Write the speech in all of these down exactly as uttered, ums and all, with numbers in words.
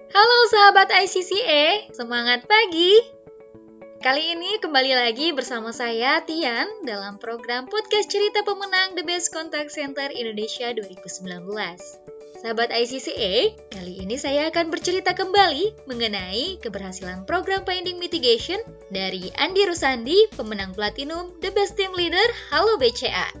Halo sahabat I C C A, semangat pagi! Kali ini kembali lagi bersama saya Tian dalam program podcast cerita pemenang The Best Contact Center Indonesia dua ribu sembilan belas. Sahabat I C C A, kali ini saya akan bercerita kembali mengenai keberhasilan program Finding Mitigation dari Andi Rusandi, pemenang Platinum The Best Team Leader Halo B C A.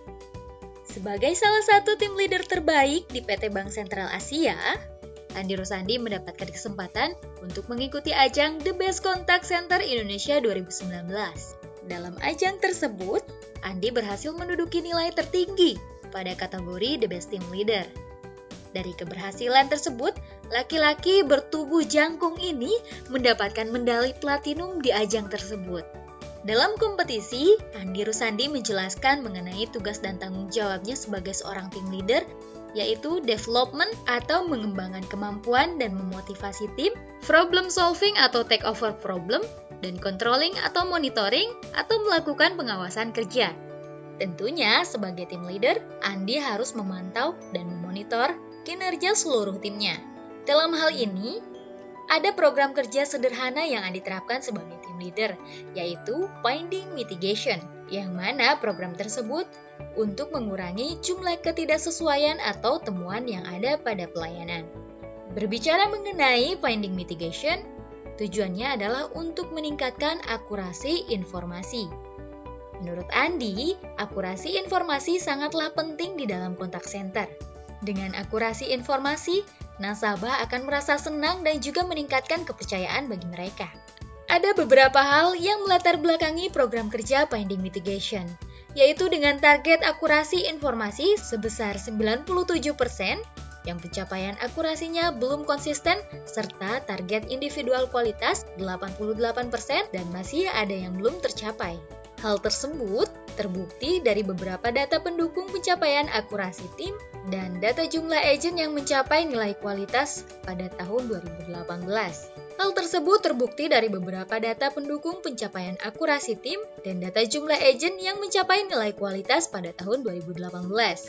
Sebagai salah satu tim leader terbaik di P T Bank Sentral Asia, Andi Rusandi mendapatkan kesempatan untuk mengikuti ajang The Best Contact Center Indonesia dua ribu sembilan belas. Dalam ajang tersebut, Andi berhasil menduduki nilai tertinggi pada kategori The Best Team Leader. Dari keberhasilan tersebut, laki-laki bertubuh jangkung ini mendapatkan medali platinum di ajang tersebut. Dalam kompetisi, Andi Rusandi menjelaskan mengenai tugas dan tanggung jawabnya sebagai seorang tim leader, yaitu development atau mengembangkan kemampuan dan memotivasi tim, problem solving atau take over problem, dan controlling atau monitoring atau melakukan pengawasan kerja. Tentunya sebagai tim leader, Andi harus memantau dan memonitor kinerja seluruh timnya. Dalam hal ini, ada program kerja sederhana yang Andi terapkan sebagai tim leader, yaitu Finding Mitigation, yang mana program tersebut untuk mengurangi jumlah ketidaksesuaian atau temuan yang ada pada pelayanan. Berbicara mengenai Finding Mitigation, tujuannya adalah untuk meningkatkan akurasi informasi. Menurut Andi, akurasi informasi sangatlah penting di dalam kontak center. Dengan akurasi informasi, nasabah akan merasa senang dan juga meningkatkan kepercayaan bagi mereka. Ada beberapa hal yang melatar belakangi program kerja Finding Mitigation, yaitu dengan target akurasi informasi sebesar sembilan puluh tujuh persen, yang pencapaian akurasinya belum konsisten, serta target individual kualitas delapan puluh delapan persen dan masih ada yang belum tercapai. Hal tersebut terbukti dari beberapa data pendukung pencapaian akurasi tim dan data jumlah agent yang mencapai nilai kualitas pada tahun dua ribu delapan belas. Hal tersebut terbukti dari beberapa data pendukung pencapaian akurasi tim dan data jumlah agent yang mencapai nilai kualitas pada tahun dua ribu delapan belas.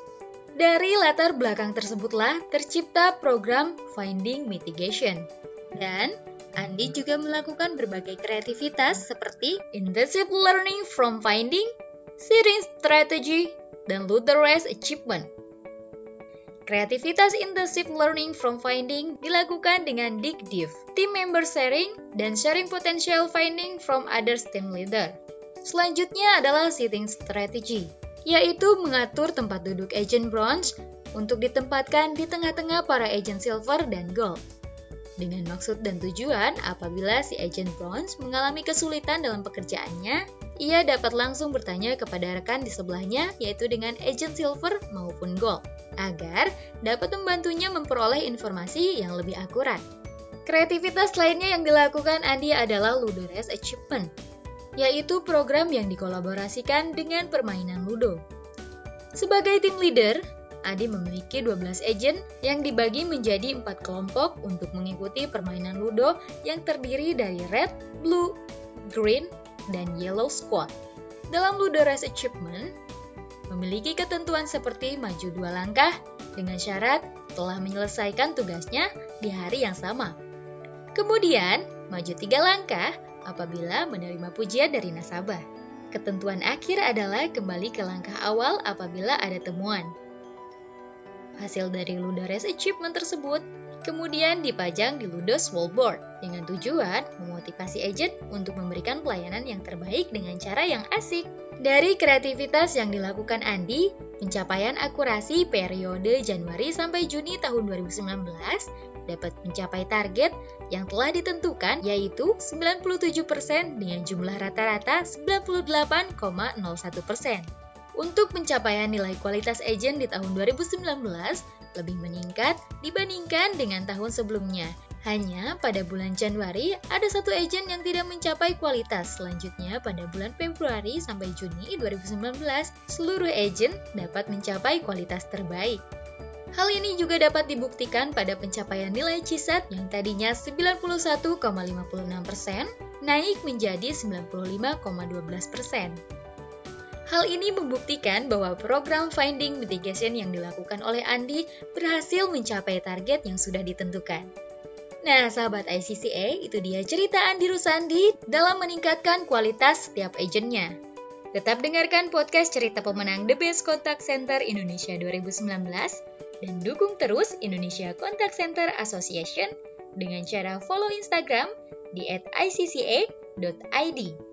Dari latar belakang tersebutlah tercipta program Finding Mitigation. Dan Andi juga melakukan berbagai kreativitas seperti intensive learning from finding, seeding strategy, dan Ludder-Race achievement. Kreativitas intensive learning from finding dilakukan dengan dig deep, team member sharing, dan sharing potential finding from others team leader. Selanjutnya adalah seating strategy, yaitu mengatur tempat duduk agent bronze untuk ditempatkan di tengah-tengah para agent silver dan gold. Dengan maksud dan tujuan, apabila si agent bronze mengalami kesulitan dalam pekerjaannya, ia dapat langsung bertanya kepada rekan di sebelahnya, yaitu dengan agent silver maupun gold, agar dapat membantunya memperoleh informasi yang lebih akurat. Kreativitas lainnya yang dilakukan Andi adalah Ludder-Race achievement, yaitu program yang dikolaborasikan dengan permainan Ludo. Sebagai tim leader, Andi memiliki dua belas agent yang dibagi menjadi empat kelompok untuk mengikuti permainan Ludo yang terdiri dari Red, Blue, Green, dan Yellow Squad. Dalam Ludder-Race Achievement, memiliki ketentuan seperti maju dua langkah dengan syarat telah menyelesaikan tugasnya di hari yang sama. Kemudian, maju tiga langkah apabila menerima pujian dari nasabah. Ketentuan akhir adalah kembali ke langkah awal apabila ada temuan. Hasil dari Ludder-Race Achievement tersebut kemudian dipajang di Ludo's Wallboard dengan tujuan memotivasi agent untuk memberikan pelayanan yang terbaik dengan cara yang asik. Dari kreativitas yang dilakukan Andi, pencapaian akurasi periode Januari sampai Juni tahun dua ribu sembilan belas dapat mencapai target yang telah ditentukan, yaitu sembilan puluh tujuh persen dengan jumlah rata-rata sembilan puluh delapan koma nol satu persen. Untuk pencapaian nilai kualitas agent di tahun dua ribu sembilan belas lebih meningkat dibandingkan dengan tahun sebelumnya. Hanya pada bulan Januari ada satu agent yang tidak mencapai kualitas. Selanjutnya pada bulan Februari sampai Juni dua ribu sembilan belas, seluruh agent dapat mencapai kualitas terbaik. Hal ini juga dapat dibuktikan pada pencapaian nilai C SAT yang tadinya sembilan puluh satu koma lima enam persen naik menjadi sembilan puluh lima koma satu dua persen. Hal ini membuktikan bahwa program Finding Mitigation yang dilakukan oleh Andi berhasil mencapai target yang sudah ditentukan. Nah, sahabat I C C A, itu dia cerita Andi Rusandi dalam meningkatkan kualitas setiap agentnya. Tetap dengarkan podcast cerita pemenang The Best Contact Center Indonesia dua ribu sembilan belas dan dukung terus Indonesia Contact Center Association dengan cara follow Instagram di at i c c a dot i d.